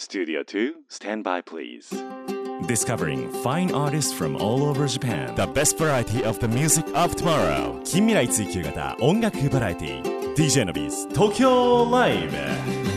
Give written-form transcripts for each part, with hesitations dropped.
Studio 2, stand by please. Discovering fine artists from all over Japan. The best variety of the music of tomorrow. 近未来追求型音楽バラエティ DJ のビーズ東京ライブ。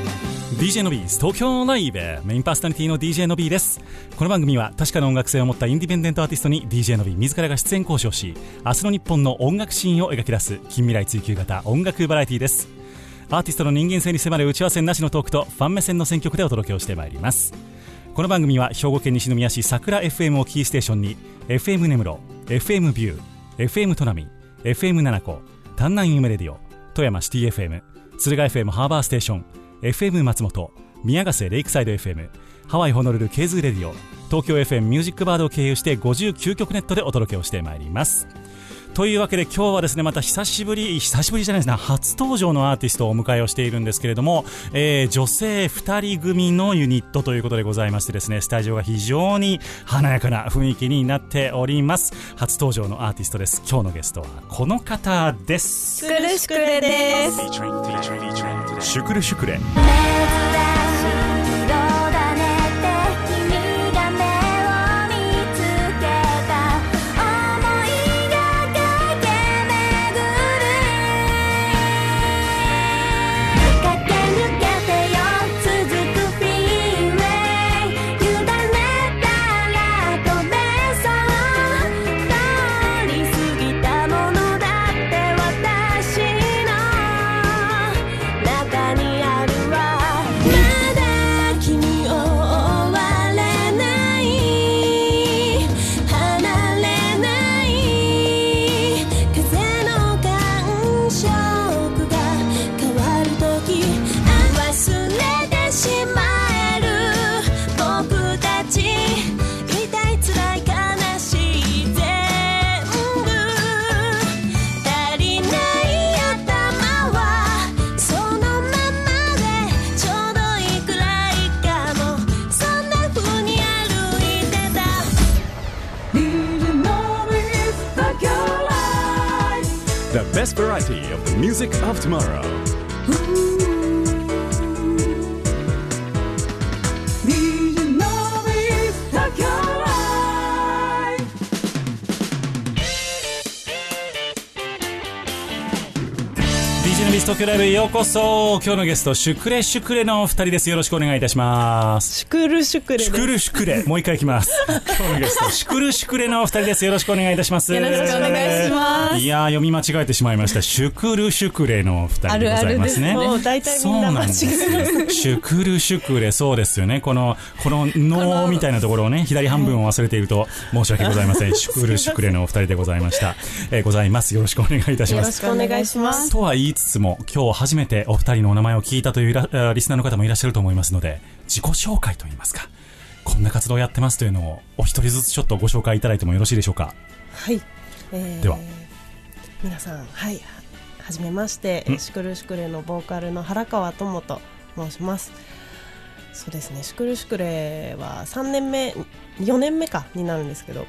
DJ のビーズ東京ライブ、メインパーソナリティの DJ のビーです。この番組は確かな音楽性を持ったインディペンデントアーティストに DJ のビー自らが出演交渉し、明日の日本の音楽シーンを描き出す近未来追求型音楽バラエティです。アーティストの人間性に迫る打ち合わせなしのトークとファン目線の選曲でお届けをしてまいります。この番組は兵庫県西宮市桜 FM をキーステーションに FM 根室、FM ビュー、FM 砺波、FM 七子、丹南夢レディオ、富山シティ FM、敦賀 FM ハーバーステーション、FM 松本、宮ヶ瀬レイクサイド FM、ハワイホノルルケーズレディオ、東京 FM ミュージックバードを経由して59曲ネットでお届けをしてまいります。というわけで今日はですね、また久しぶりじゃないですね、初登場のアーティストをお迎えをしているんですけれども、女性2人組のユニットということでございましてですね、スタジオが非常に華やかな雰囲気になっております。初登場のアーティストです。今日のゲストはこの方です。 シュクルシュクレです。 シュクルシュクレ。The best variety of the music of tomorrow. DJ のビーズ東京ライブへようこそ。今日のゲストシュクレシュクレのお二人です。よろしくお願いいたします。 シュクルシュクレです。 シュクルシュクレ、もう一回いきます。今日のゲストシュクルシュクレのお二人です。よろしくお願いいたします。 よろしくお願いします。 いやー、読み間違えてしまいました。シュクルシュクレのお二人でございますね。 あるあるです。もう大体みんな間違えます。 シュクルシュクレ、そうですよね。こののみたいなところをね、左半分を忘れていると申し訳ございません。シュクルシュクレのお二人でございました。ございます。よろしくお願いいたします。 よろしくお願いします。 とは言いつつも、今日初めてお二人のお名前を聞いたというリスナーの方もいらっしゃると思いますので、自己紹介といいますか、こんな活動をやってますというのをお一人ずつちょっとご紹介いただいてもよろしいでしょうか。 はい、 では皆さん、はい、はじめまして、シュクルシュクレのボーカルの原川智と申します。そうですね、シュクルシュクレは3年目4年目かになるんですけど、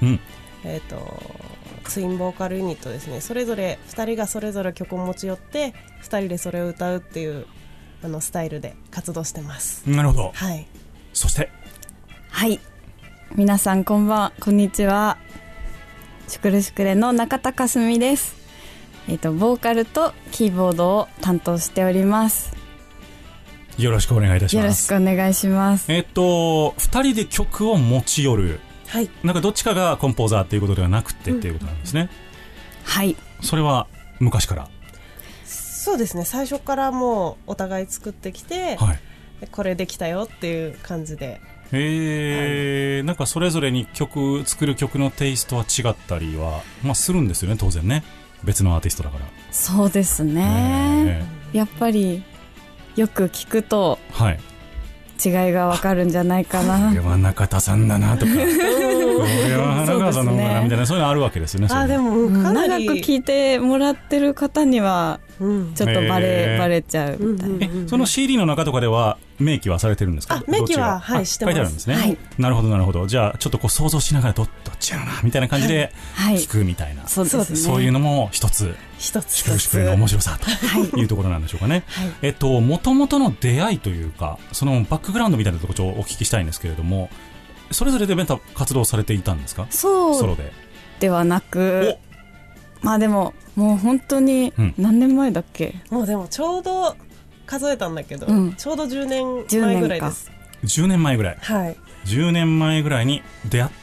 ツインボーカルユニットですね。それぞれ2人がそれぞれ曲を持ち寄って2人でそれを歌うっていうスタイルで活動してます。 なるほど、 はい、 そしてはい皆さんこんばんは、こんにちは。シュクルシュクレの中田かすみです。ボーカルとキーボードを担当しております。 よろしくお願いいたします。 よろしくお願いします。 2人で曲を持ち寄る、 はい、 なんかどっちかがコンポーザーっていうことではなくてっていうことなんですね。 はい、 それは昔から。 そうですね、最初からもうお互い作ってきて、 はい、 これできたよっていう感じで。 なんかそれぞれに作る曲のテイストは違ったりは、するんですよね、当然ね、別のアーティストだから。 そうですね、やっぱりよく聞くと、違いがわかるんじゃないかな。 これは中田さんだなとかこれは花川さんの方かなみたいな、そういうのあるわけですよね。 あ、でもかなり長く聞いてもらってる方にはちょっとバレちゃうみたいな。 その CD の中とかでは明記はされてるんですか？ 明記は、はい、してます。 書いてあるんですね、 はい、 なるほどなるほど。じゃあちょっとこう想像しながらどっちやろなみたいな感じで聞くみたいな、 そうですね、 そういうのも一つシュクルシュクルの面白さというところなんでしょうかね。もともとの出会いというか、そのバックグラウンドみたいなところをお聞きしたいんですけれども、それぞれで活動されていたんですか？ソロではなく、まあでももう本当に何年前だっけ、 もうでもちょうど数えたんだけど、ちょうど10年前ぐらいです。 10年前ぐらい、 はい、 10年前ぐらいに出会い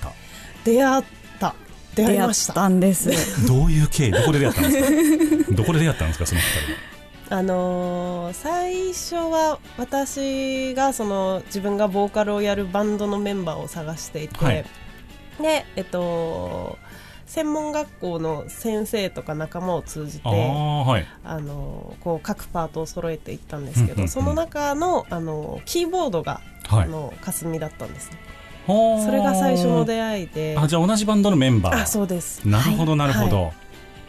ましたんです。 どういう経緯、どこで出会ったんですか？どこで出会ったんですか、その2 人は。最初は私が自分がボーカルをやるバンドのメンバーを探していて、はい、で専門学校の先生とか仲間を通じて、はい、こう各パートを揃えていったんですけど、その中のキーボードが、かすみだったんですね。それが最初の出会いで。 じゃあ同じバンドのメンバー。 あ、そうです。 なるほどなるほど、 はい、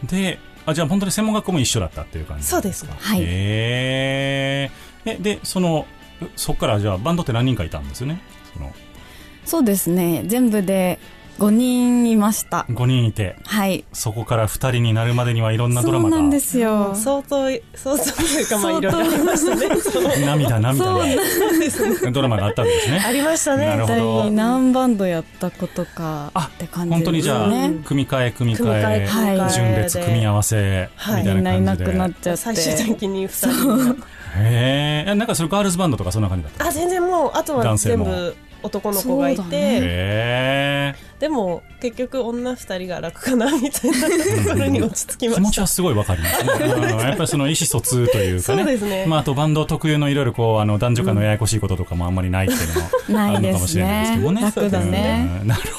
でじゃあ本当に専門学校も一緒だったっていう感じですか？ そうですか。 はい。 でそっからじゃあバンドって何人かいたんですよね？ そうですね、全部で5人いました。 5人いて、 はい、 そこから2人になるまでにはいろんなドラマが。 そうなんですよ。 相当というか、まあいろいろありましたね。 涙ねドラマがあったんですね。 ありましたね。 なるほど。 何バンドやったことかって感じですね。 本当にじゃあ組み替え順列組み合わせみたいな感じで、 みんないなくなっちゃって、 最終的に2人なんかそれガールズバンドとかそんな感じだった？ 全然もうあとは全部男の子がいて、でも結局女2人が楽かなみたいなところに落ち着きました。 気持ちはすごいわかりますね。やっぱりその意思疎通というかね。 そうですね。 あとバンド特有のいろいろこう男女間のややこしいこととかもあんまりないっていうのもあるのかもしれないですけどね。 楽だね。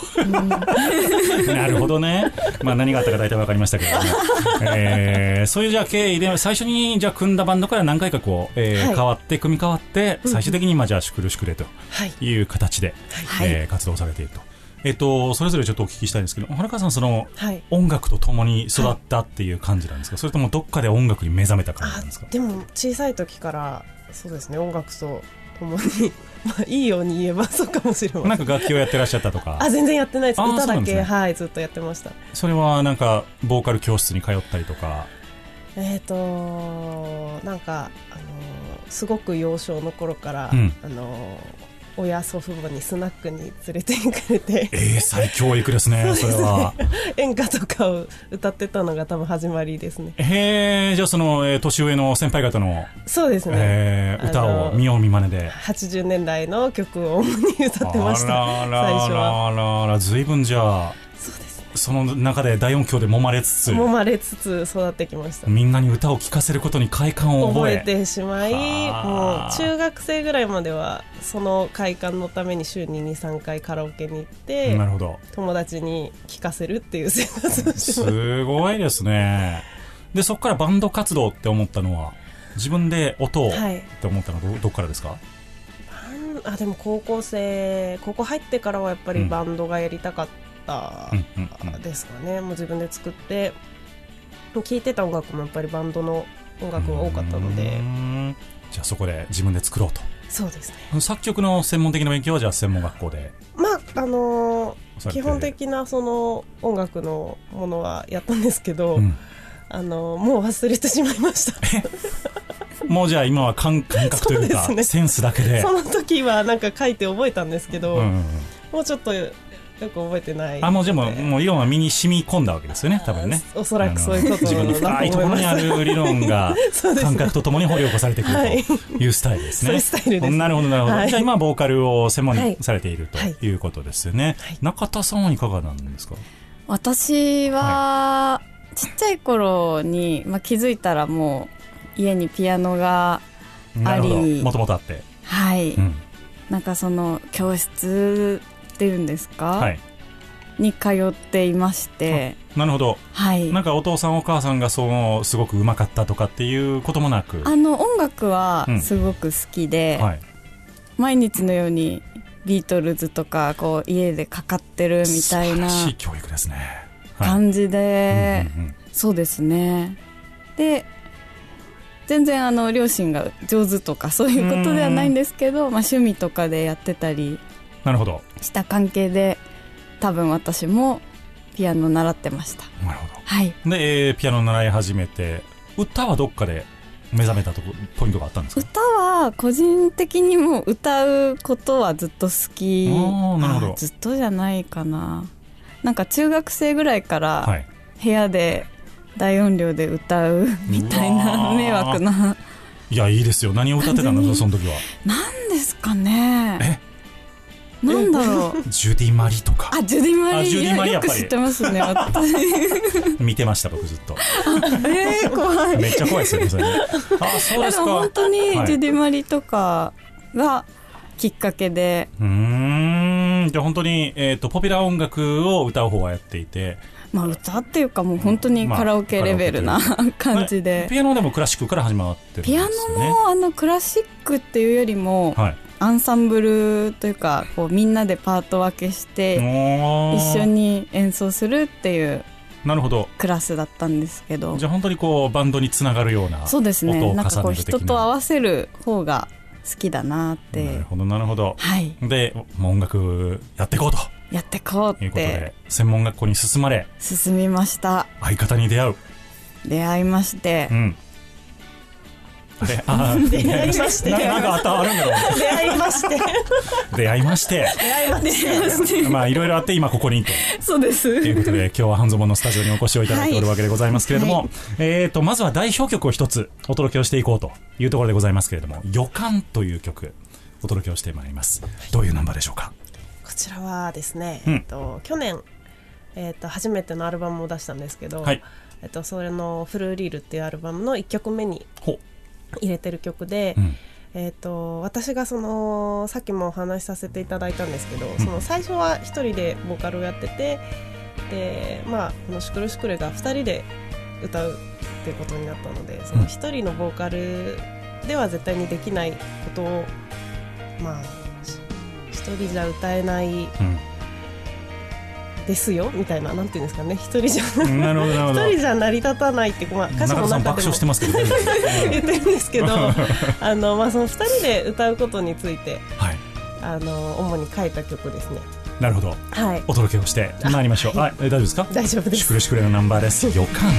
なるほどね。何があったか大体わかりましたけどね。そういうじゃあ経緯で最初にじゃあ組んだバンドから何回かこう組み替わって最終的にじゃあシュクルシュクレという形で活動されていると。それぞれちょっとお聞きしたいんですけど、原川さん音楽と共に育ったっていう感じなんですか？それともどっかで音楽に目覚めた感じなんですか？ でも小さい時からそうですね、音楽と共にいいように言えばそうかもしれません。 なんか楽器をやってらっしゃったとか？ 全然やってないです。歌だけ、 ね、 ずっとやってました。 それはなんかボーカル教室に通ったりとか？ なんかすごく幼少の頃から、親祖父母にスナックに連れて行かれて再教育ですね。それは演歌とかを歌ってたのが多分始まりですね。 じゃあその、年上の先輩方のそうですね、 歌を見よう見まねで 80年代の曲を主に歌ってました。最初は随分じゃあその中で大音響で揉まれつつ育ってきました。 みんなに歌を聴かせることに快感を覚えてしまい、もう中学生ぐらいまではその快感のために週に 2,3 回カラオケに行って、 なるほど、 友達に聴かせるっていう生活をしてます。 すごいですね。でそこからバンド活動って思ったのは、自分で音をって思ったのはどっからですか？ でも高校入ってからはやっぱりバンドがやりたかったですかね。もう自分で作って聴いてた音楽もやっぱりバンドの音楽が多かったので、 じゃあそこで自分で作ろうと。 そうですね。 作曲の専門的な勉強はじゃあ専門学校で基本的なその音楽のものはやったんですけど、もう忘れてしまいました。 もうじゃあ今は感覚というかセンスだけで。 その時はなんか書いて覚えたんですけど、もうちょっとよく覚えてない。 もう理論は身に染み込んだわけですよね、多分ね。 おそらくそういうことだと思います。 自分の深いところにある理論が感覚とともに掘り起こされてくるというスタイルですね。 そういうスタイルです。 なるほどなるほど。じゃあ今はボーカルを専門にされているということですよね。中田さんはいかがなんですか？ 私はちっちゃい頃に、気づいたらもう家にピアノがあり、 もともとあって、 はい、なんかその教室っていうんですか、に通っていまして。 なるほど、 はい、 なんかお父さんお母さんがすごくうまかったとかっていうこともなく、 音楽はすごく好きで、毎日のようにビートルズとかこう家でかかってるみたいな素晴らしい教育ですね、 感じで、 うんうんうん、 そうですね。で全然両親が上手とかそういうことではないんですけど、趣味とかでやってたりなるほどした関係で多分私もピアノ習ってました。 なるほど、 はい。 で、ピアノ習い始めて歌はどっかで目覚めたポイントがあったんですか？ 歌は個人的にも歌うことはずっと好き。 なるほど。 ずっとじゃないかな。なんか中学生ぐらいから部屋で大音量で歌うみたいな迷惑な。 いや、いいですよ。何を歌ってたんだろう、その時は。 何ですかね。なんだろう。 ジュディマリとか。 ジュディマリ。 ジュディマリやっぱりよく知ってますね、私。 見てました、僕ずっと。 怖い。 めっちゃ怖いですよね、それ。そうですか。 でも本当にジュディマリとかがきっかけで。 じゃあ本当に、ポピュラー音楽を歌う方はやっていて。 歌っていうかもう本当にカラオケレベルな感じで。 ピアノでもクラシックから始まってるんですよね。 ピアノもクラシックっていうよりも、アンサンブルというかこうみんなでパート分けして一緒に演奏するっていうクラスだったんですけど、 じゃあ本当にこうバンドにつながるような音を重ねる的な。 そうですね。なんかこう人と合わせる方が好きだなって。 なるほどなるほど。 はい。 で、音楽やっていこうと。 やってこうっていうことで専門学校に進まれ。 進みました。 相方に出会いまして。 出会いまして。 なんかあるんだろう。 出会いまして。 出会いまして。いろいろあって今ここにと。 そうです。 ということで今日は半ズボンのスタジオにお越しをいただいておるわけでございますけれども、まずは代表曲を一つお届けをしていこうというところでございますけれども、予感という曲お届けをしてまいります。どういうナンバーでしょうか？ こちらはですね、去年、初めてのアルバムを出したんですけど、それのフルーリールっていうアルバムの1曲目に入れてる曲で、私がさっきもお話しさせていただいたんですけど、最初は1人でボーカルをやってて、でこのシュクルシュクルが2人で歌うっていうことになったので、その1人のボーカルでは絶対にできないことを一人じゃ歌えないですよみたいな、なんていうんですかね、一人じゃ成り立たないって歌詞の中でも爆笑してますけど言ってるんですけどその2人で歌うことについて、主に書いた曲ですね。 なるほど、お届けをしてまいりましょう。大丈夫ですか？ 大丈夫です。 シュクルシュクルのナンバーです。予感。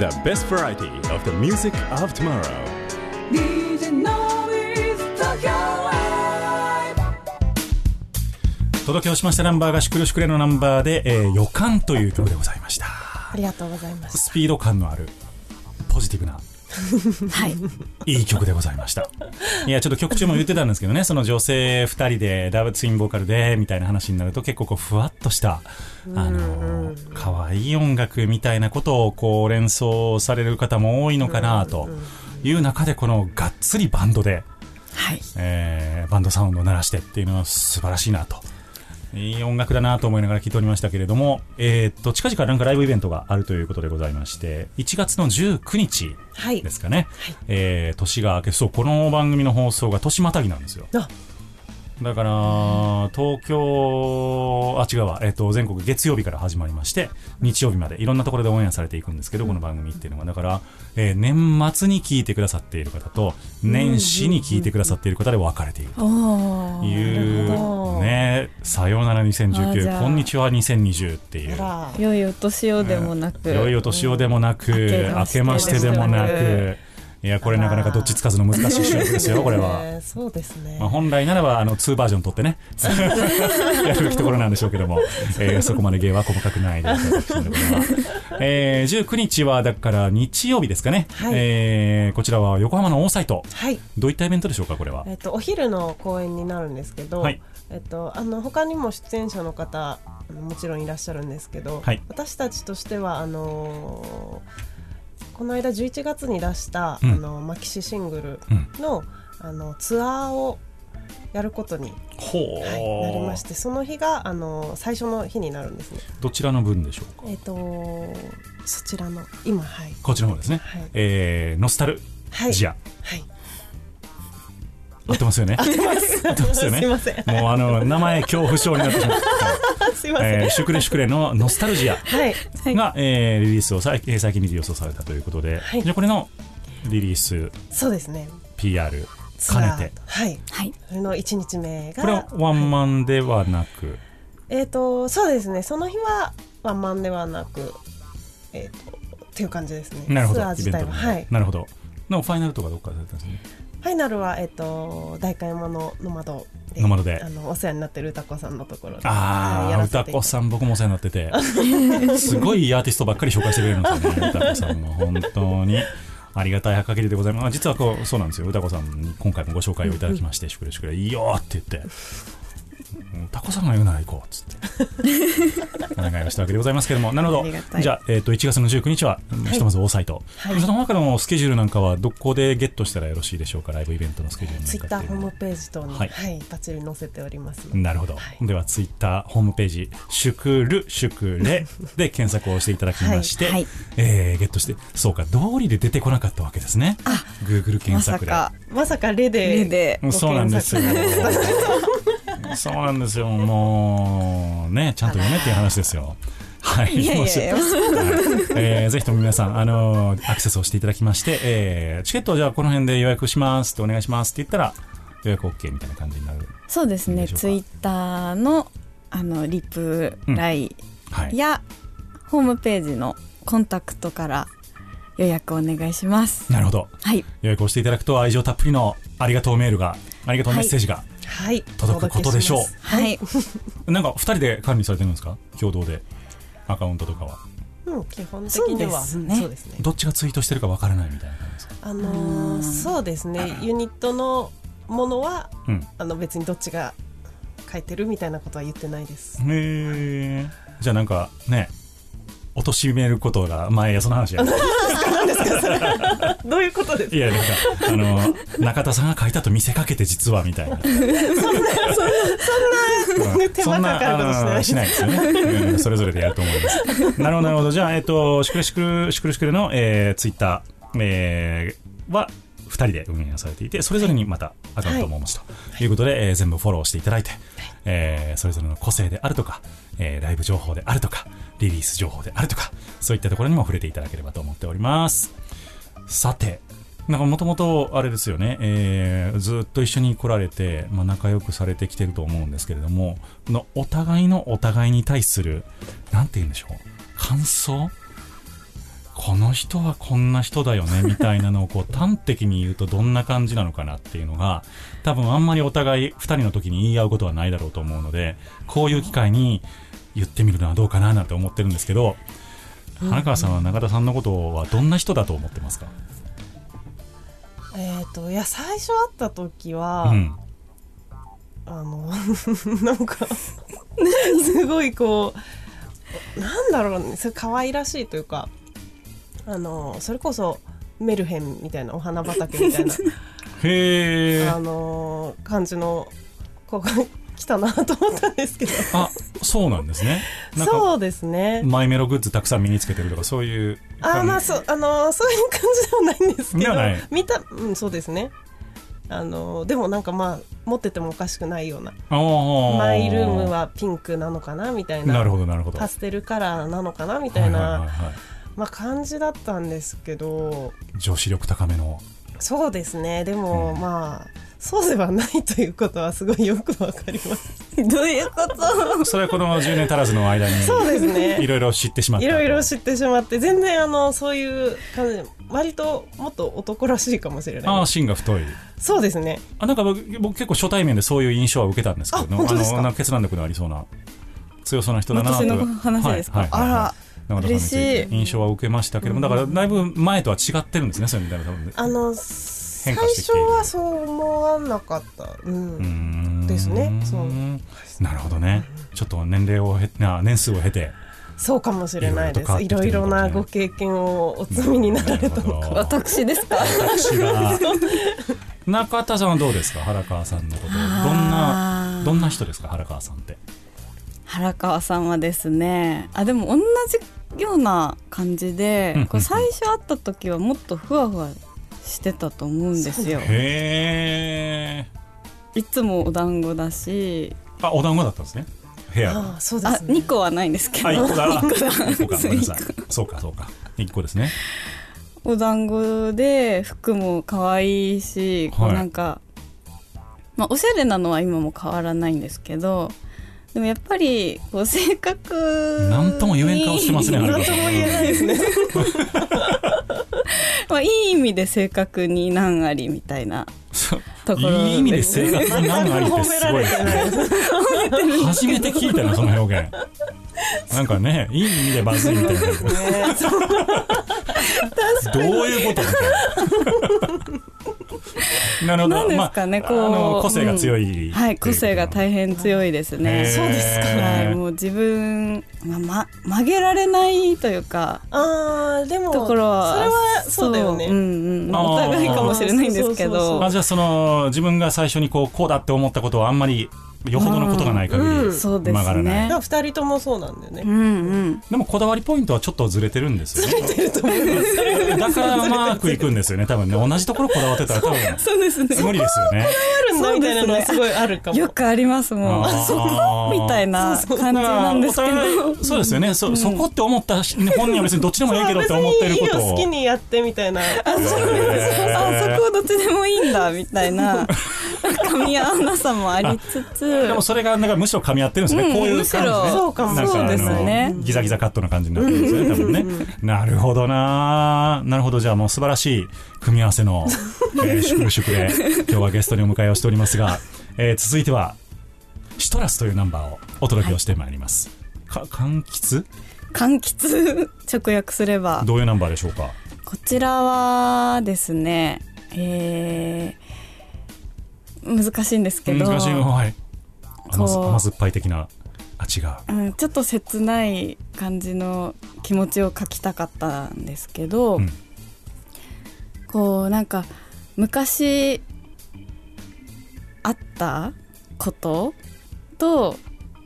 The best variety of the music of tomorrow. DJ Nobis Tokyo Live 届けをしましたナンバーがシュクルシュクレのナンバーで、予感という曲でございました。 ありがとうございます。 スピード感のあるポジティブなはいいい曲でございました。いやちょっと曲中も言ってたんですけどね、その女性2人でダブルツインボーカルでみたいな話になると結構こうふわっとした可愛い音楽みたいなことをこう連想される方も多いのかなという中で、このがっつりバンドで、 はいバンドサウンドを鳴らしてっていうのは素晴らしいなと、いい音楽だなと思いながら聴いておりましたけれども、近々なんかライブイベントがあるということでございまして、1月の19日ですかね、はい年が明け、そう、この番組の放送が年またぎなんですよ。だから東京違うわ、全国月曜日から始まりまして日曜日までいろんなところでオンエアされていくんですけど、この番組っていうのはだから、年末に聞いてくださっている方と年始に聞いてくださっている方で分かれているというね、さようなら2019、こんにちは2020っていう、 良いお年をでもなく、 良いお年をでもなく、明けましてでもなく、いやこれなかなかどっちつかずの難しい収録ですよこれは。 そうですね、 本来ならば2バージョン撮ってねやるべきところなんでしょうけども、そこまで芸は細かくないで19日はだから日曜日ですかね、はい、こちらは横浜の大サイト、はい、どういったイベントでしょうかこれは。 お昼の公演になるんですけど、はい、他にも出演者の方もちろんいらっしゃるんですけど、はい、私たちとしてはこの間11月に出した、マキシシングルの、ツアーをやることに、なりまして、その日が最初の日になるんですね。 どちらの分でしょうか。 そちらの今、はい、 こちらの方ですね、はい、ノスタルジア、はいはい合ってますよね。合ってますよね。すいません。もう名前恐怖症になってしまった。すいません。シュクレシュクレのノスタルジアが、リリースを最近リリースをされたということで、はい、じゃあこれのリリース、そうですね。PR 兼ねて、はいはい。それの1日目がこれはワンマンではなく、 そうですね。その日はワンマンではなく、っていう感じですね。 なるほど。 ツアー自体は、はい。 なるほど。のファイナルとかどっかでされたんですね。 ファイナルは、代官山のノマドでお世話になってる歌子さんのところで、 歌子さん僕もお世話になっててすごいアーティストばっかり紹介してくれるんですよね歌子さんも本当にありがたい限りでございます。実はそうなんですよ、歌子さんに今回もご紹介をいただきまして、シュクレシュクレいいよって言ってタコさんが言うなら行こうっつってお願いをしたわけでございますけども、なるほど。じゃあ、1月の19日はひとまず大サイト、はい、その他のスケジュールなんかはどこでゲットしたらよろしいでしょうか。ライブイベントのスケジュールなんかツイッターホームページ等に、はいはい、バッチリ載せておりますので。 なるほど、はい、ではツイッターホームページシュクルシュクレで検索をしていただきまして、はいはい、ゲットして、そうか道理で出てこなかったわけですね。Google 検索でまさかレでそうなんですよそうなんですよ、もうねちゃんと読めっていう話ですよ。はい、ぜひとも皆さんアクセスをしていただきまして、チケットをじゃあこの辺で予約しますってお願いしますって言ったら予約 OK みたいな感じになる。 そうですね、ツイッターのリプライや、ホームページのコンタクトから予約お願いします。 なるほど、はい、予約をしていただくと愛情たっぷりのありがとうメールが、ありがとうメッセージが、はい、届くことでしょう。はい、なんか2人で管理されてるんですか、共同でアカウントとかは。 基本的にはそうですね。 どっちがツイートしてるかわからないみたいな感じですか。 そうですね、ユニットのものは、別にどっちが書いてるみたいなことは言ってないです。 じゃあなんかね、貶めることが前やその話や何ですかそれどういうことですか。 いやなんか中田さんが書いたと見せかけて実はみたいなそんな手間かかることしないですよね、それぞれでやると思いますなるほどなるほど。じゃあシュクレシュクレの、ツイッター、は2人で運営されていて、それぞれにまたアカウントもお持ちということで、全部フォローしていただいて、それぞれの個性であるとか、ライブ情報であるとか、リリース情報であるとか、そういったところにも触れていただければと思っております。さて、なんかもともとあれですよね、ずっと一緒に来られて、仲良くされてきてると思うんですけれども、お互いに対するなんて言うんでしょう、感想、 この人はこんな人だよねみたいなのをこう端的に言うとどんな感じなのかなっていうのが多分あんまりお互い2人の時に言い合うことはないだろうと思うので、こういう機会に言ってみるのはどうかななんて思ってるんですけど、花川さんは中田さんのことはどんな人だと思ってますか？ いや最初会った時は、なんかすごいこうなんだろうね、それ可愛らしいというか、それこそメルヘンみたいなお花畑みたいなへ感じの子が来たなと思ったんですけど。 あ、そうなんですね。なんかそうですね。 マイメログッズたくさん身につけてるとかそういうそういう感じではないんですけど、そうですね。でもなんか持っててもおかしくないような、マイルームはピンクなのかなみたいな、 なるほどなるほど、 パステルカラーなのかなみたいな、感じだったんですけど、 女子力高めの。 そうですね。でも、そうではないということはすごいよくわかります。 どういうこと？ それはこの10年足らずの間にそうですね、 いろいろ知ってしまった。 いろいろ知ってしまって、全然そういう感じで割ともっと男らしいかもしれない。 芯が太い。 そうですね。 なんか僕結構初対面でそういう印象は受けたんですけど、 本当ですか？ なんか決断力のありそうな強そうな人だなと。 私の話ですか？ あら、嬉しい印象は受けましたけども、だからだいぶ前とは違ってるんですね、そういうみたいな。 最初はそう思わなかった、ですね。 なるほどね。ちょっと年数を経てそうかもしれないです。いろいろなご経験をお積みになられたのか。 私ですか？ 私が中田さんはどうですか？原川さんのことどんな人ですか？原川さんって。 原川さんはですね、でも同じような感じで、最初会った時はもっとふわふわしてたと思うんですよ。 へー。 いつもお団子だし。 お団子だったんですね、部屋。 そうですね。2個はないんですけど。 1個だ。1個か、ごめんなさい。そうか1個ですね。 お団子で服も可愛いし、こうなんか、おしゃれなのは今も変わらないんですけど、でもやっぱりこう性格なんとも言えん顔してますね。 なんとも言えないですね。 いい意味で性格に難ありみたいなところ。 いい意味で性格に難ありってすごいですね。初めて聞いたな、その表現。なんかね、いい意味でバズりみたいな。どういうことみたいな。なるほど。 なんですかね、 個性が強い。 個性が大変強いですね。 そうですか。 もう自分、曲げられないというか、 でもところはそれはそうだよね。 お互いかもしれないんですけど。 じゃあ自分が最初にこうだって思ったことはあんまりよほどのことがない限り曲がらない。 2人ともそうなんだよね。 でもこだわりポイントはちょっとずれてるんですよね。 ずれてると思います。 だからマークいくんですよね、多分ね。同じところこだわってたら多分そうですね、 無理ですよね。 あるんだみたいなのはすごいあるかも。 よくありますもん。みたいな感じなんですけど。 そうですよね。そこって思った本人は別にどっちでもいいけどって思ってることを好きにやってみたいな。 そこどっちでもいいんだみたいな噛み合わなさもありつつ。 でもそれがなんかむしろ噛み合ってるんですね。こういう感じで。 そうかも。 そうですね。 ギザギザカットな感じになってるんですよね、多分ね。なるほどな。なるほど。じゃあもう素晴らしい組み合わせの祝で今日はゲストにお迎えをしておりますが、続いてはシトラスというナンバーをお届けをしてまいります。柑橘直訳すればどういうナンバーでしょうか？ こちらはですね、難しいんですけど、 難しい、はい、甘酸っぱい的な、違う、 ちょっと切ない感じの気持ちを書きたかったんですけど、こうなんか昔あったことと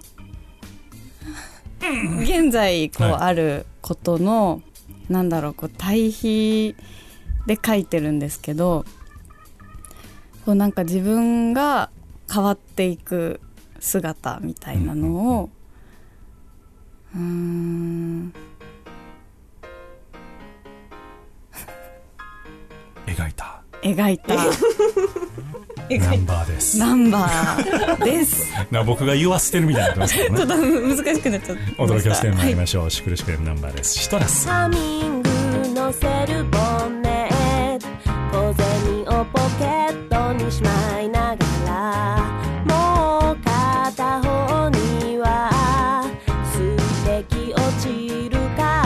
現在こうあることの、なんだろう、こう対比で書いてるんですけど、こうなんか自分が変わっていく姿みたいなのを、 描いたナンバーです。 ナンバーです僕が言わせてるみたいになってますけどね。 ちょっと難しくなっちゃった。 お届けしてまいりましょう。シクルシクルのナンバーです。シトラス。 ハミング乗せるボンネット小銭をポケットにしまいながらもう片方には水滴落ちるか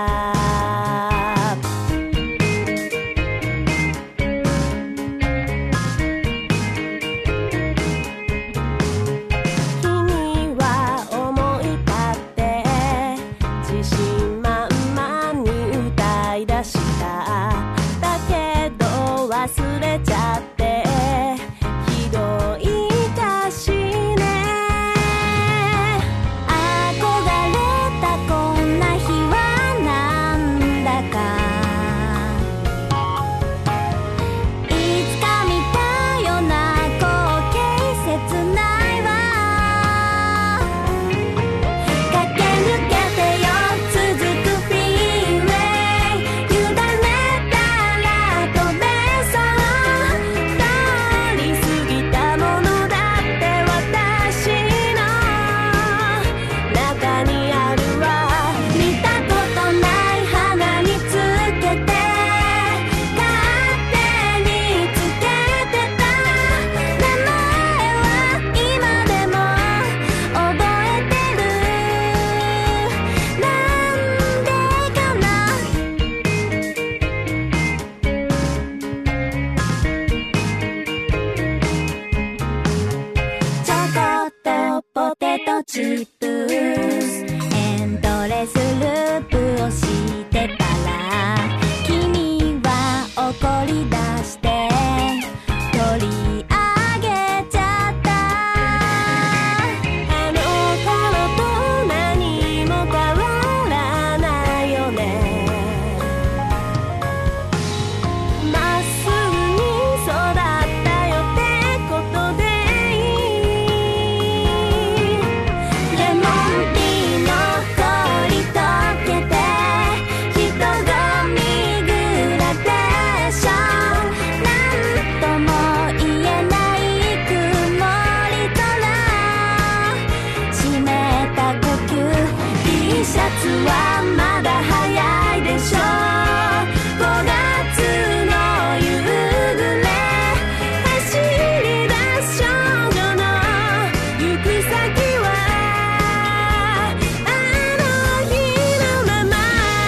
君は思い立って自信満々に歌い出しただけど忘れちゃってひどいかしね憧れたこんな日はなんだかいつか見たような光景切ないわ駆け抜けてよ続くフリーウェイ委ねたら飛べそう通り過ぎたものだって私の中にあるわ見たことない花につけて勝手につけてた名前は今でも覚えてるなんでかなチョコとポテトチップスエンドレスループをしてたら君は怒り出して取り上げちゃったあの頃と何も変わらないよねまっすぐに育ったよってことでいいレモンティーの氷溶けて人混みグラデーションなんとも言えない曇り空湿った呼吸 T シャツはまだ早いでしょ5月の夕暮れ走り出す少女の行く先はあの日のまま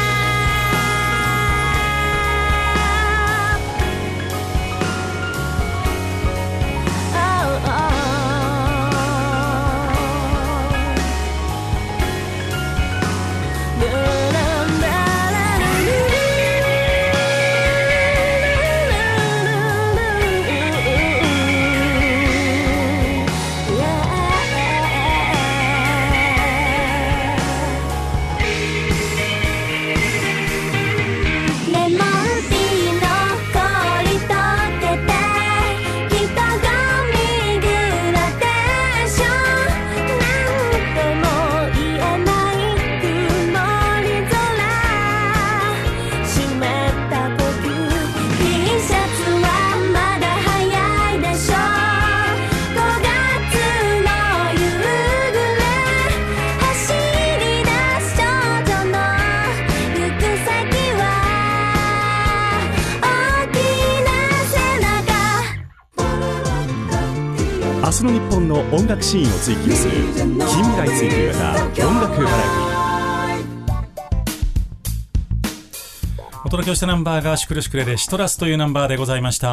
レモンティーの氷溶けて人混みグラデーションなんとも言えない曇り空湿った呼吸 T シャツはまだ早いでしょ5月の夕暮れ走り出す少女の行く先は大きな背中明日の日本の音楽シーンを追求する近未来追求型音楽バラエティ。 お届けしたナンバーがシュクルシュクレでシトラスというナンバーでございました。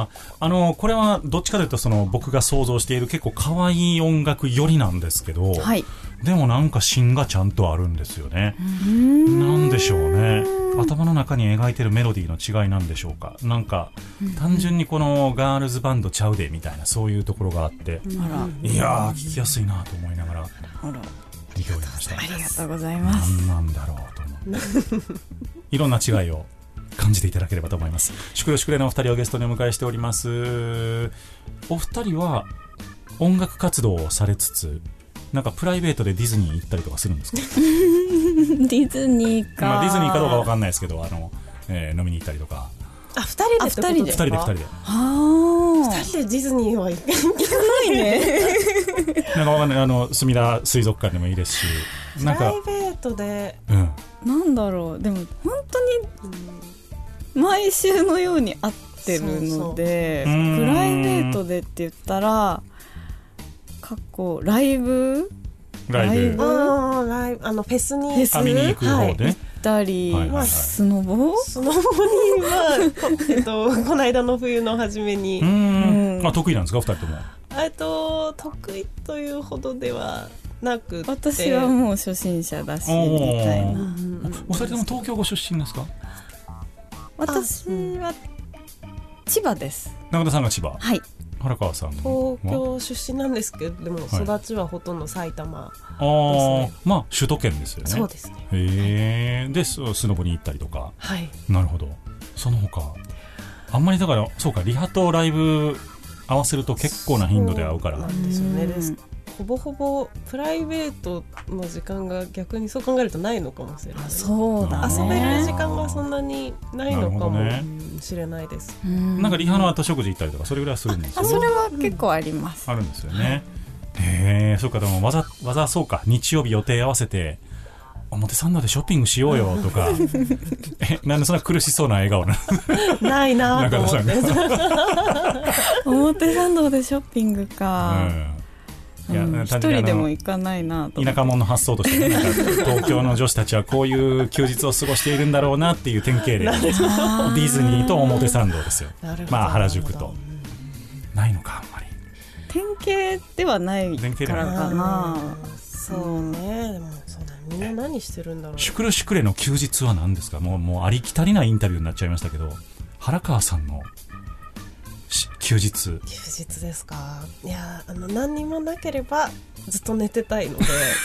これはどっちかというと僕が想像している結構可愛い音楽よりなんですけど、 はい、 でもなんか芯がちゃんとあるんですよね。なんでしょうね。頭の中に描いてるメロディーの違いなんでしょうか。なんか単純にこのガールズバンドちゃうでみたいなそういうところがあって、いやー聞きやすいなと思いながら見ておりました。 ありがとうございます。 なんだろうと思っていろんな違いを感じていただければと思います。シュクヨシュクレのお二人をゲストにお迎えしております。お二人は音楽活動をされつつなんかプライベートでディズニー行ったりとかするんですか？ ディズニーか、 ディズニーかどうかわかんないですけど飲みに行ったりとか。 あ、2人でってことですか？ 2人では 2人でディズニーは行けないね。 なんかわかんない墨田水族館でもいいですし、 プラなんかイベートで、 なんだろう、でも本当に毎週のように会ってるので、 そうそうプライベートでって言ったら過去ライブライブライあーライブフェスにフェス見に行く方でね、 たり、 はいはいはいスノボその後にはこの間の冬の初めに得意なんですか、2人とも。 得意というほどではなくて、 私はもう初心者だしみたいな。 お二人とも東京ご出身ですか？ 私は千葉です。 中田さんが千葉、 はい。 原川さん東京出身なんですけど、でもはい育ちはほとんど埼玉ですあね。 まあ首都圏ですよね。 そうですね。 へえ。でスノボに行ったりとか。 はい。 なるほど。その他あんまりだから、そうか、リハとライブ合わせると結構な頻度で会うから。 そうなんですよね。 うんですほぼほぼプライベートの時間が逆にそう考えるとないのかもしれない。 そうだね。 遊べる時間がそんなにないのかもなるほどしれないです。 なんかリハの後食事行ったりとかそれぐらいはするんですよね。 それは結構あります。 あるんですよね。へえ、そうか。でもわざそうか、日曜日予定合わせて表参道でショッピングしようよとかなんでそんな苦しそうな笑顔なないなと思って。 表参道でショッピングか。 いや、 一人でも行かないなと。 田舎者の発想としてね、なんか東京の女子たちはこういう休日を過ごしているんだろうなっていう典型例ディズニーと表参道ですよ。まあ原宿とないのか、あんまり典型ではないからかな。 そうね。でもそうだ、みんな何してるんだろう。 シュクルシュクレの休日は何ですか？もうありきたりなインタビューになっちゃいましたけど、原川さんの休日。 休日ですか？いや、何にもなければずっと寝てたいの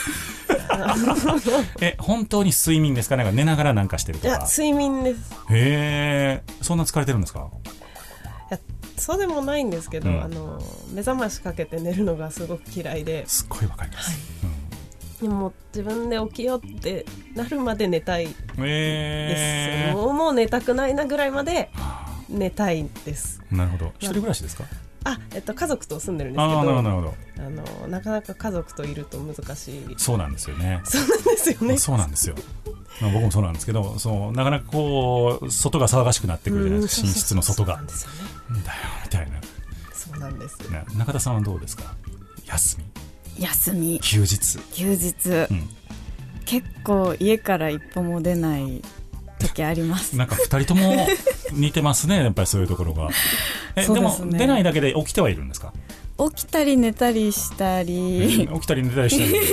で本当に睡眠ですか？なんか寝ながらなんかしてるとか。 いや、睡眠です。 へえ、そんな疲れてるんですか？ いや、そうでもないんですけど、目覚ましかけて寝るのがすごく嫌いで、 すっごいわかります、 でも自分で起きようってなるまで寝たいです、もう寝たくないなぐらいまで寝たいです。 なるほど。一人暮らしですか？ 家族と住んでるんですけど、 なるほど。 なかなか家族といると難しい。 そうなんですよね。 そうなんですよね。 そうなんですよ。僕もそうなんですけど、なかなかこう外が騒がしくなってくるじゃないですか。寝室の外が。 そうなんですよね。 だよみたいな。 そうなんです。 中田さんはどうですか？休み、休日、 結構家から一歩も出ない時あります。 なんか2人とも似てますね。やっぱりそういうところが。 そうですね。 でも出ないだけで起きてはいるんですか？ 起きたり寝たりしたり、 起きたり寝たり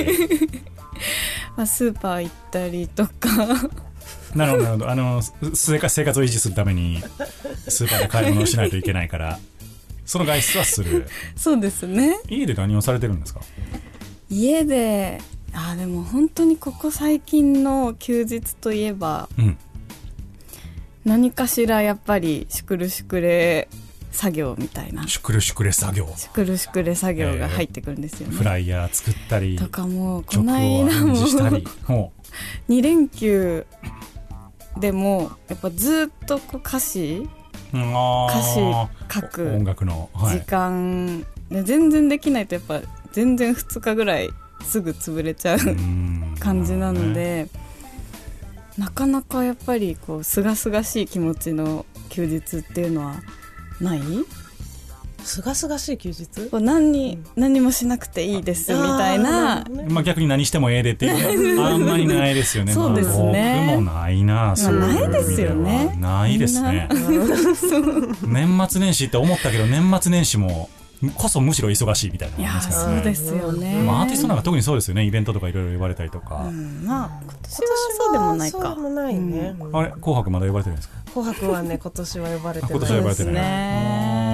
したりスーパー行ったりとか。 なるほど。生活を維持するためにスーパーで買い物をしないといけないからその外出はする。 そうですね。 家で何をされてるんですか？ 家ででも本当にここ最近の休日といえば、何かしらやっぱりシュクルシュクレ作業みたいな、 シュクルシュクレ作業が入ってくるんですよね。 フライヤー作ったりとかも、こ曲をアの間レンジしたり 2連休でもやっぱずっとこう歌詞書く音楽の時間で全然できないとやっぱ全然2日ぐらいすぐ潰れちゃう感じなので、なかなかやっぱりこうすがすがしい気持ちの休日っていうのはない？ すがすがしい休日？ こう何もしなくていいですみたいな、 逆に何してもええでっていうあんまりないですよね。 そうですね。 僕もないな。 ないですよね。 ないですね。年末年始って思ったけど、年末年始もこそむしろ忙しいみたいな。 いや、そうですよね。 アーティストなんか特にそうですよね。イベントとかいろいろ呼ばれたりとか。 まあ今年はそうでもないか。 そうでもないね。 あれ、紅白まだ呼ばれてるんですか？ 紅白はね、今年は呼ばれてない。 今年は呼ばれてない。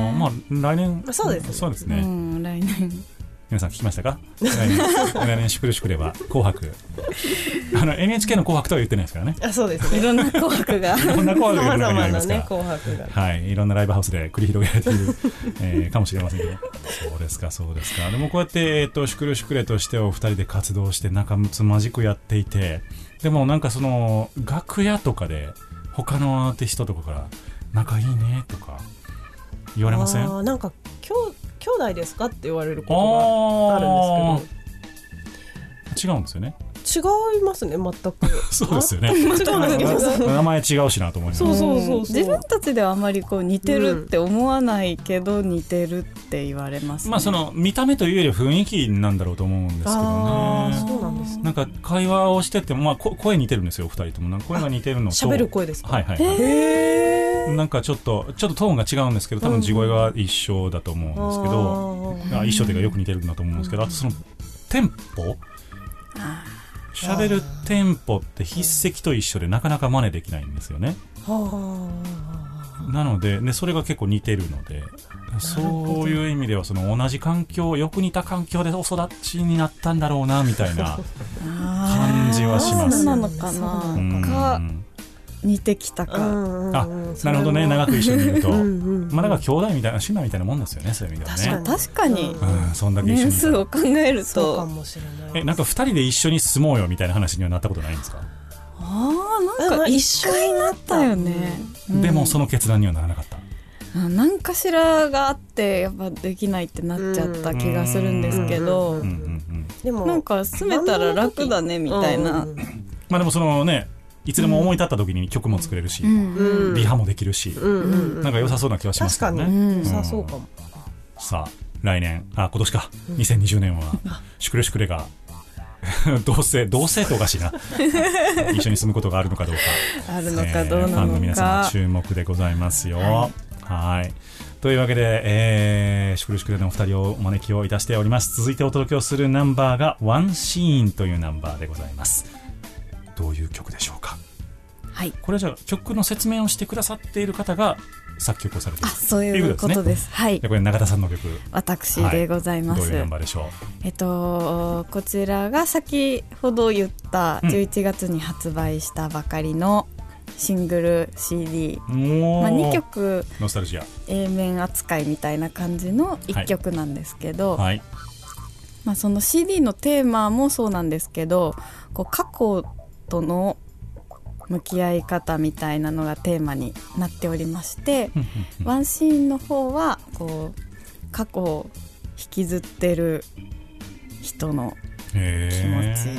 まあ来年。 そうですね。 そうですね。 来年。 皆さん聞きましたか？来年シュクルシュクレは紅白。NHK の紅白とは言ってないですからね。 そうですね。 いろんな紅白が。 いろんな紅白が様々 ありますから。 なね、紅白が。 はい、いろんなライブハウスで繰り広げられている、かもしれませんけど。そうですか、そうですか。でもこうやって、シュクルシュクレとしてお二人で活動して仲睦まじくやっていて、でもなんかその楽屋とかで他のアーティストとかから仲いいねとか言われません？ なんか兄弟ですかって言われることがあるんですけど違うんですよね。 違いますね、全くそうですよね。 違うんですけど名前違うしなと思います。 そう自分たちではあまりこう似てるって思わないけど、似てるって言われますね。 まあその見た目というより雰囲気なんだろうと思うんですけどね。 そうなんですね。 なんか会話をしてても、まあ、声似てるんですよ、二人とも。なんか声が似てるのと喋る声ですか？ はいはいはい。 へー。 なんかちょっとトーンが違うんですけど、多分地声が一緒だと思うんですけど、一緒というかよく似てるんだと思うんですけど、あとそのテンポ、喋るテンポって筆跡と一緒でなかなか真似できないんですよね。なので、それが結構似てるので、そういう意味ではその同じ環境、よく似た環境でお育ちになったんだろうなみたいな感じはします。 そうなのかな、似てきたか。 なるほどね。長く一緒にいるとまあだから兄弟みたいな姉妹みたいなもんですよね、そういう意味ではね。 確かに、 そんだけ一緒に年数を考えるとそうかもしれない。 なんか二人で一緒に住もうよみたいな話にはなったことないんですか？ なんか一緒になったよね。 でもその決断にはならなかった。 何かしらがあってやっぱできないってなっちゃった気がするんですけど、 でもなんか住めたら楽だねみたいな。 まあでもそのね、いつでも思い立った時に曲も作れるし、リハもできるし、なんか良さそうな気はしますけどね。 確かに良さそうかも。 さあ来年、今年か、2020年はシュクレシュクレが同性とおかしいな一緒に住むことがあるのかどうか、 あるのかどうなのか、 ファンの皆様注目でございますよ。はい、というわけで、シュクレシュクレのお二人をお招きをいたしております。続いてお届けをするナンバーがワンシーンというナンバーでございます。どういう曲でしょうか？ はい、 これじゃあ曲の説明をしてくださっている方が作曲をされている。 そういうことです。はい。 これ中田さんの曲。 私でございます。 どういうナンバーでしょう？こちらが先ほど言った11月に発売したばかりのシングル CD、2曲ノスタルジア A 面扱いみたいな感じの1曲なんですけど、その CD のテーマもそうなんですけど、こう過去との向き合い方みたいなのがテーマになっておりましてワンシーンの方はこう過去を引きずってる人の気持ち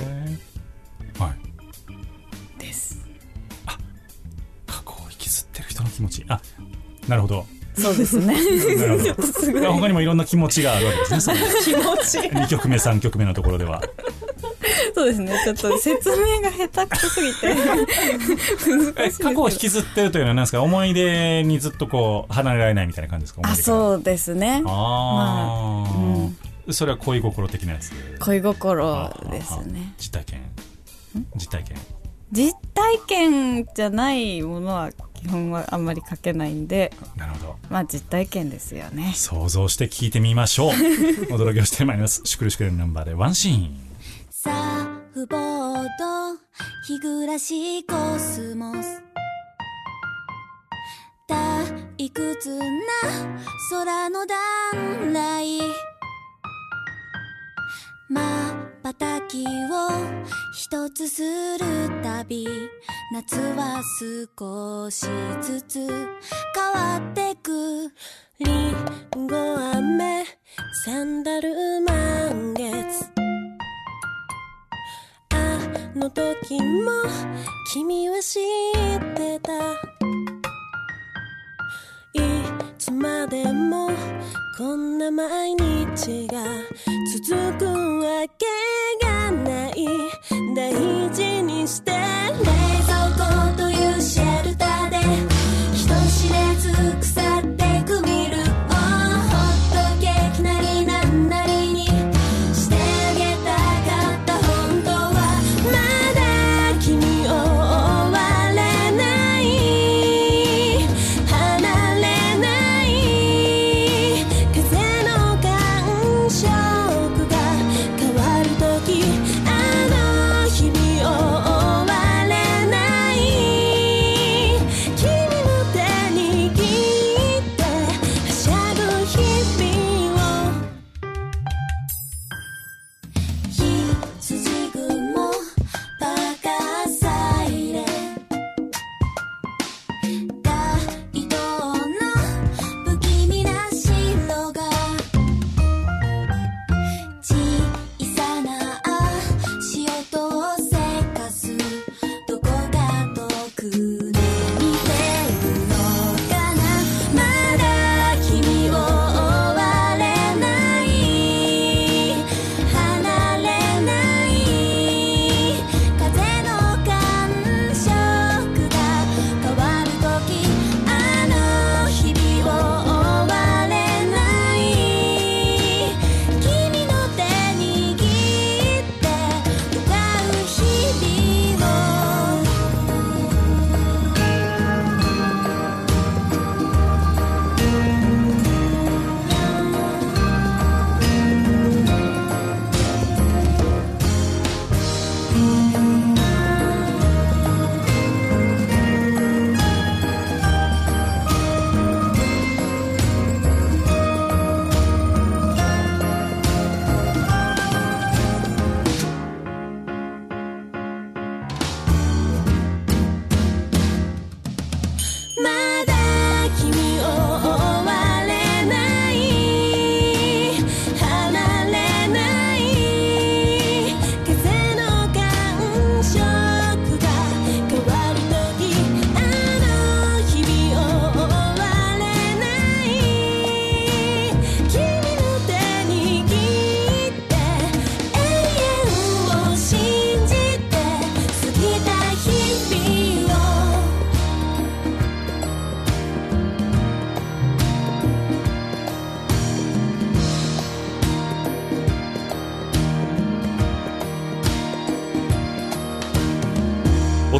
です。 過去を引きずってる人の気持ち、なるほど。 そうですねなるほど他にもいろんな気持ちがあるわけですね。 気持ち 2曲目3曲目のところではそうですね、ちょっと説明が下手くそすぎて難しい。 過去を引きずってるというのは何ですか？思い出にずっとこう離れられないみたいな感じですか？ そうですね。 それは恋心的なやつ？ 恋心ですね。 実体験じゃないものは基本はあんまり書けないんで。 なるほど。実体験ですよね。 想像して聞いてみましょうお届けをしてまいります。シュクルシュクルのナンバーでワンシーン。 サーフボード日暮らしコスモス退屈な空の断来瞬きを一つするたび夏は少しずつ変わってくリンゴ飴サンダル満月あの時も君は知ってたいつまでもこんな毎日が続くわけがない大事にして冷蔵庫というシェルターで人知れず腐ってくミルをホットケーキなりなんなりにしてあげたかった本当はまだ君を終われない離れない風の感触が変わる時あの日々を終われない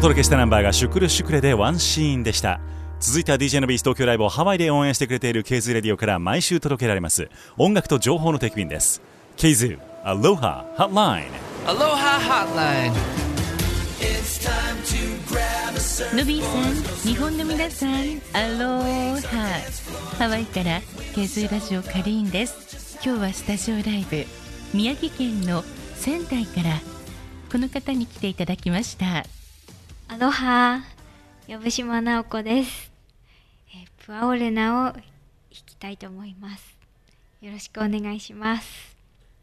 届けしたナンバーがシュクルシュクレでワンシーンでした。続いては DJ のビース東京ライブをハワイで応援してくれているケイズレディオから毎週届けられます音楽と情報の定期便です。ケイズアロハハットライン。 アロハハットライン。 のびーさん、日本の皆さん、アロハ。ハワイからケイズラジオカリーンです。今日はスタジオライブ、宮城県の仙台からこの方に来ていただきました。 アロハ、藪島直子です。プアオレナを弾きたいと思います。よろしくお願いします。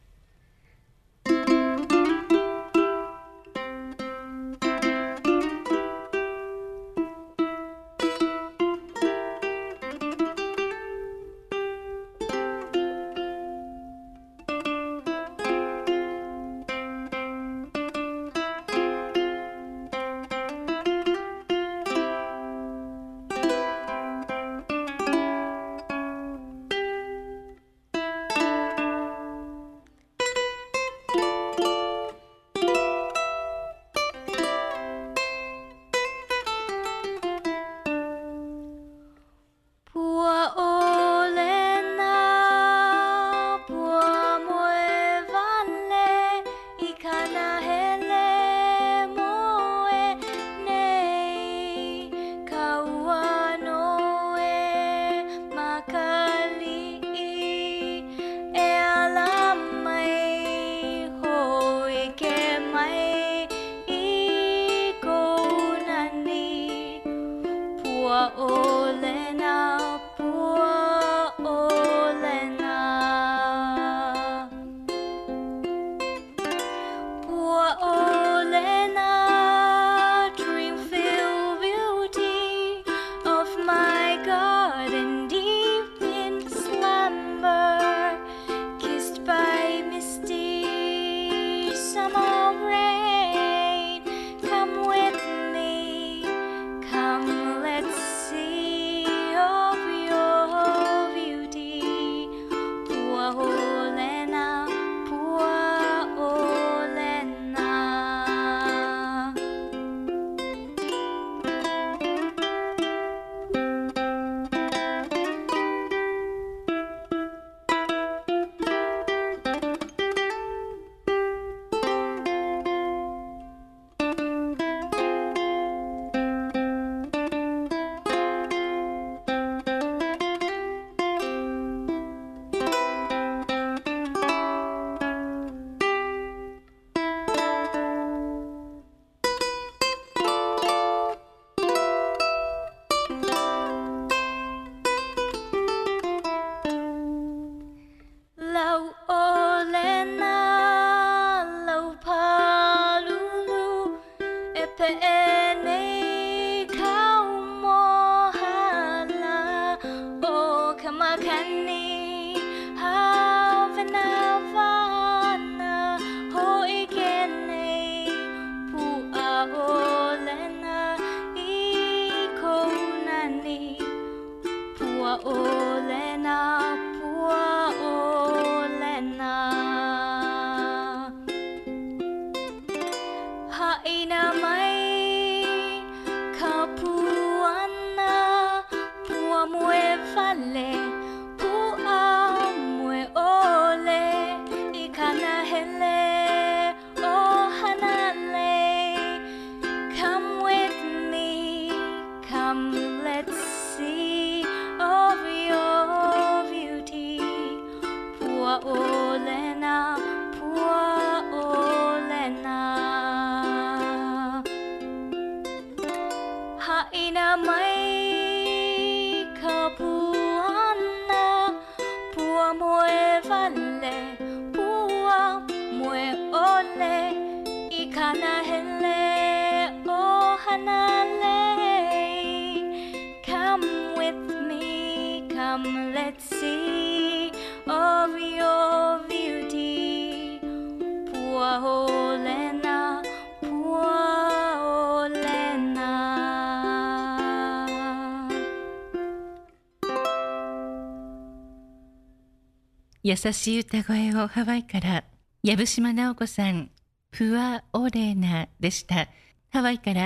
優しい歌声をハワイから藪島直子さん、プアオレナでした。ハワイから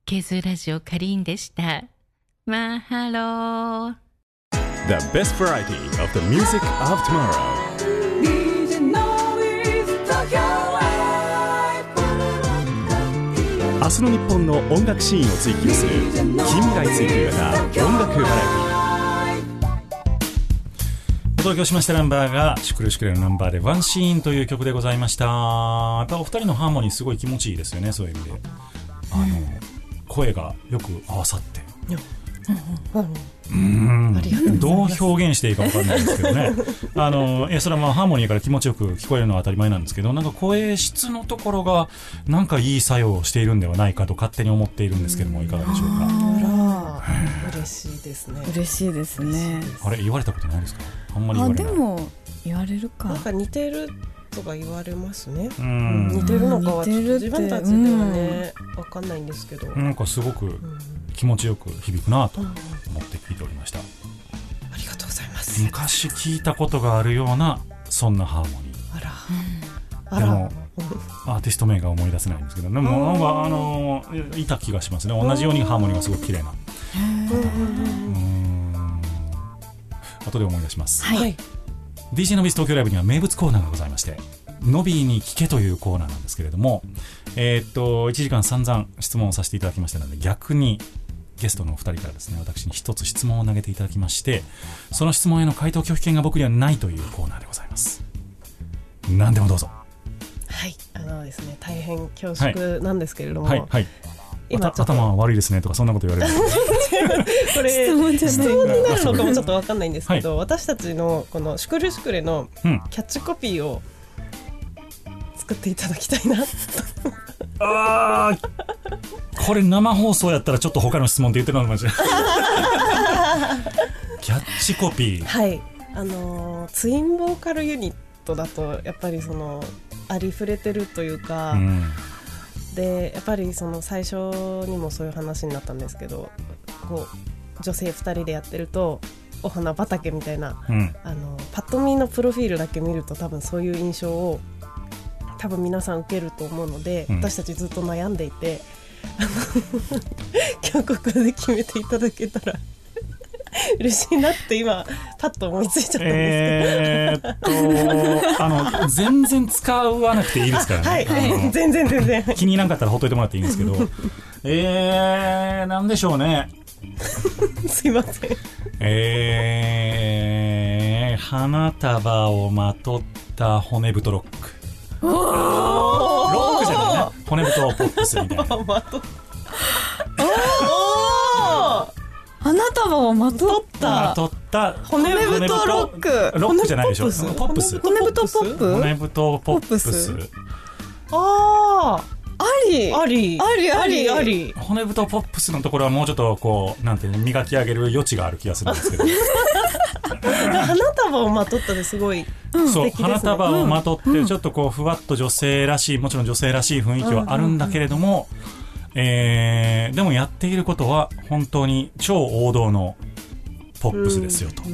ケズラジオカリンでした。マハロー。 The best variety of the music of tomorrow. DJ Noise Tokyo Live 明日の日本の音楽シーンを追求する近未来追求型音楽バラエティ。 お届けしましたナンバーがシュクルシュクレのナンバーでワンシーンという曲でございました。やっぱお二人のハーモニーすごい気持ちいいですよね。そういう意味で声がよく合わさってどう表現していいか分かんないんですけどねそれはまあハーモニーから気持ちよく聞こえるのは当たり前なんですけど、なんか声質のところがなんかいい作用をしているんではないかと勝手に思っているんですけども、いかがでしょうか。 嬉しいですね。 嬉しいですね。 あれ言われたことないですか。あんまり言われない。 でも言われるか。 なんか似てるとか言われますね。 うん似てるのかは自分たちではね分かんないんですけど、 なんかすごく気持ちよく響くなと思って聞いておりました。 ありがとうございます。 昔聞いたことがあるようなそんなハーモニー。でもアーティスト名が思い出せないんですけど、でもなんかいた気がしますね。同じようにハーモニーがすごく綺麗な。後で思い出します。 はい。 DJ のビス東京ライブには名物コーナーがございまして、ノビーに聞けというコーナーなんですけれども、1時間散々質問をさせていただきましたので、逆にゲストのお二人からですね、私に一つ質問を投げていただきまして、その質問への回答拒否権が僕にはないというコーナーでございます。何でもどうぞ。 はい、ですね、大変恐縮なんですけれども、 はいはい、今頭悪いですねとかそんなこと言われるこれ質問になるのかもちょっと分かんないんですけど、 はい、 私たちのこのシュクルシュクレのキャッチコピーを作っていただきたいなあーこれ生放送やったらちょっと他の質問って言ってるのかもしれないキャッチコピー、 はい、ツインボーカルユニットだとやっぱりそのありふれてるというか、でやっぱりその最初にもそういう話になったんですけど、こう女性2人でやってるとお花畑みたいな、パッと見のプロフィールだけ見ると多分そういう印象を多分皆さん受けると思うので、私たちずっと悩んでいて今日ここで決めていただけたら嬉しいなって今パッと思いついちゃったんですけど、 全然使わなくていいですからね。 はい、全然気に入らなかったらほっといてもらっていいんですけどなんでしょうねすいません。 花束をまとった骨太ロック。ロックじゃないね、骨太ポップスみたいな花束をまとった骨太ロック。 ロックじゃないでしょ。ポップス。 骨太ポップ。 骨太ポップス。 あり。 骨太ポップスのところはもうちょっとこうなんていうの磨き上げる余地がある気がするんですけど。 花束をまとったですごい素敵ですね。 花束をまとってちょっとこうふわっと女性らしい、もちろん女性らしい雰囲気はあるんだけれども。でもやっていることは本当に超王道のポップスですよと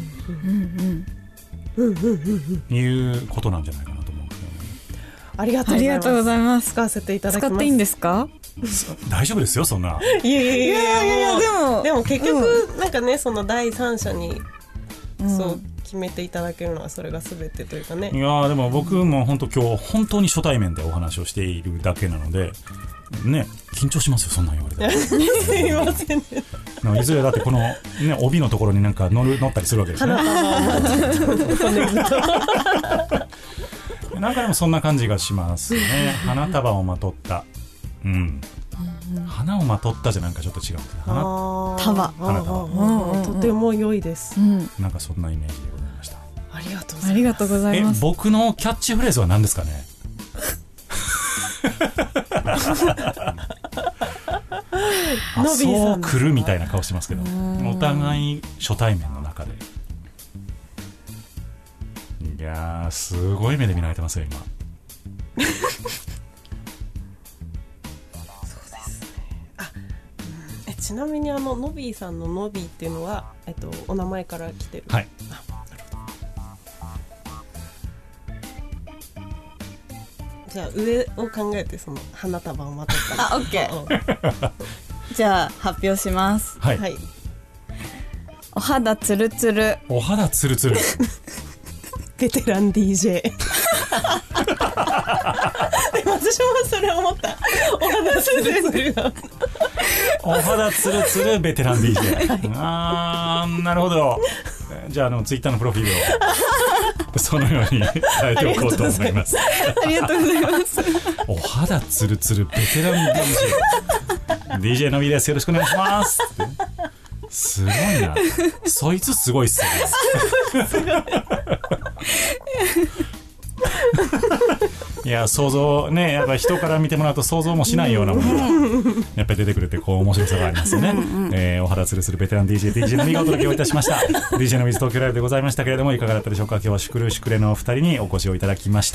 いうことなんじゃないかなと思うんですよね。 ありがとうございます。使わせていただきます。 使っていいんですか？ 大丈夫ですよそんな。 いやでも結局なんかね、その第三者にそう決めていただけるのはそれが全てというかね。 いやでも僕も本当今日本当に初対面でお話をしているだけなのでね、緊張しますよそんなん言われたら。すいませんね。いずれだってこの、ね、帯のところになんか乗ったりするわけですね。なんかでもそんな感じがしますね。花束をまとった、花をまとったじゃなんかちょっと違う。花束とても良いです。 なんかそんなイメージでございました。 ありがとうございます。 僕のキャッチフレーズは何ですかね。そう来るみたいな顔してますけど、お互い初対面の中で。いやーすごい目で見られてますよ今。 そうですね。ちなみにノビーさんのノビーっていうのは、お名前から来てる。 はい。 じゃあ上を考えてその花束をまとったら。 オッケー。 じゃあ発表します。 はい、 はい、 お肌ツルツル。 お肌ツルツルベテラン DJ でも私もそれ思った。お肌ツルツルがお肌ツルツルベテラン DJ、あーなるほど。じゃあツイッターのプロフィールをそのように変えておこうと思います。 ありがとうございます。 お肌ツルツルベテラン DJ のびです。よろしくお願いしますってすごいな。そいつすごいっすよね。いや想像ね、やっぱ人から見てもらうと想像もしないようなものがやっぱり出てくるってこう面白さがありますよね。お肌つるするベテラン DJ のみがお届けをいたしました。DJ の水東京ライブでございましたけれども、いかがだったでしょうか。今日はシュクルシュクレのお二人にお越しをいただきました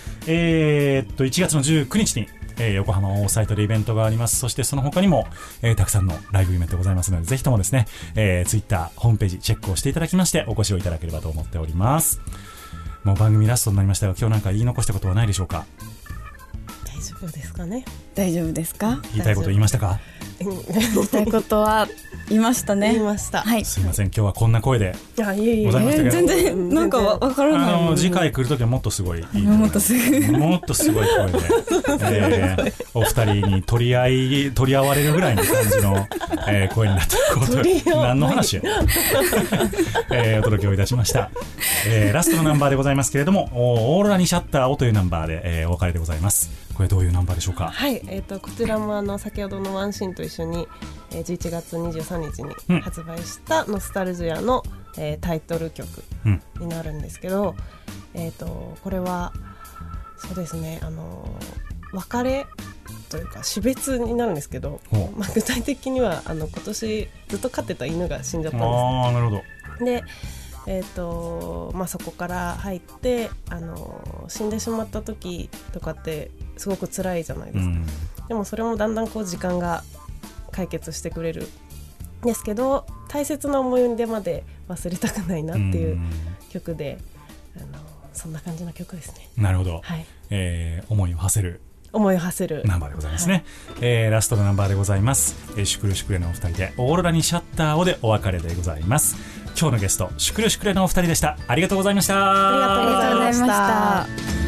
。1月の19日に横浜大サイトでイベントがあります。そしてその他にも、たくさんのライブイベントございますので、ぜひともですね、ツイッターホームページチェックをしていただきましてお越しをいただければと思っております。もう番組ラストになりましたが、今日なんか言い残したことはないでしょうか。 大丈夫ですかね。 大丈夫ですか。 言いたいこと言いましたか。 言いたいことは言いましたね。 言いました。 はい。 すいません、今日はこんな声でございましたけど、 全然なんかわからない。 次回来るときはもっとすごいいい、 もっとすごい声で、お二人に取り合われるぐらいの感じの、声になっていこうと。何の話や、お届けをいたしました。ラストのナンバーでございますけれども、オーロラにシャッターをというナンバーで、お別れでございます。これどういうナンバーでしょうか。 はい、こちらも先ほどのワンシーンと一緒に、11月23日に発売したノスタルジアの、タイトル曲になるんですけど、これはそうですね、別れというか死別になるんですけど、具体的には今年ずっと飼ってた犬が死んじゃったんです。 あー、なるほど。 でそこから入って死んでしまった時とかってすごく辛いじゃないですか。でもそれもだんだんこう時間が解決してくれるんですけど、大切な思い出まで忘れたくないなっていう曲で、そんな感じの曲ですね。 なるほど、 はい、 思いを馳せるナンバーでございますね。ラストのナンバーでございます。シュクルシュクレのお二人でオーロラにシャッターをでお別れでございます。今日のゲストシュクルシュクレのお二人でした。ありがとうございました。 ありがとうございました。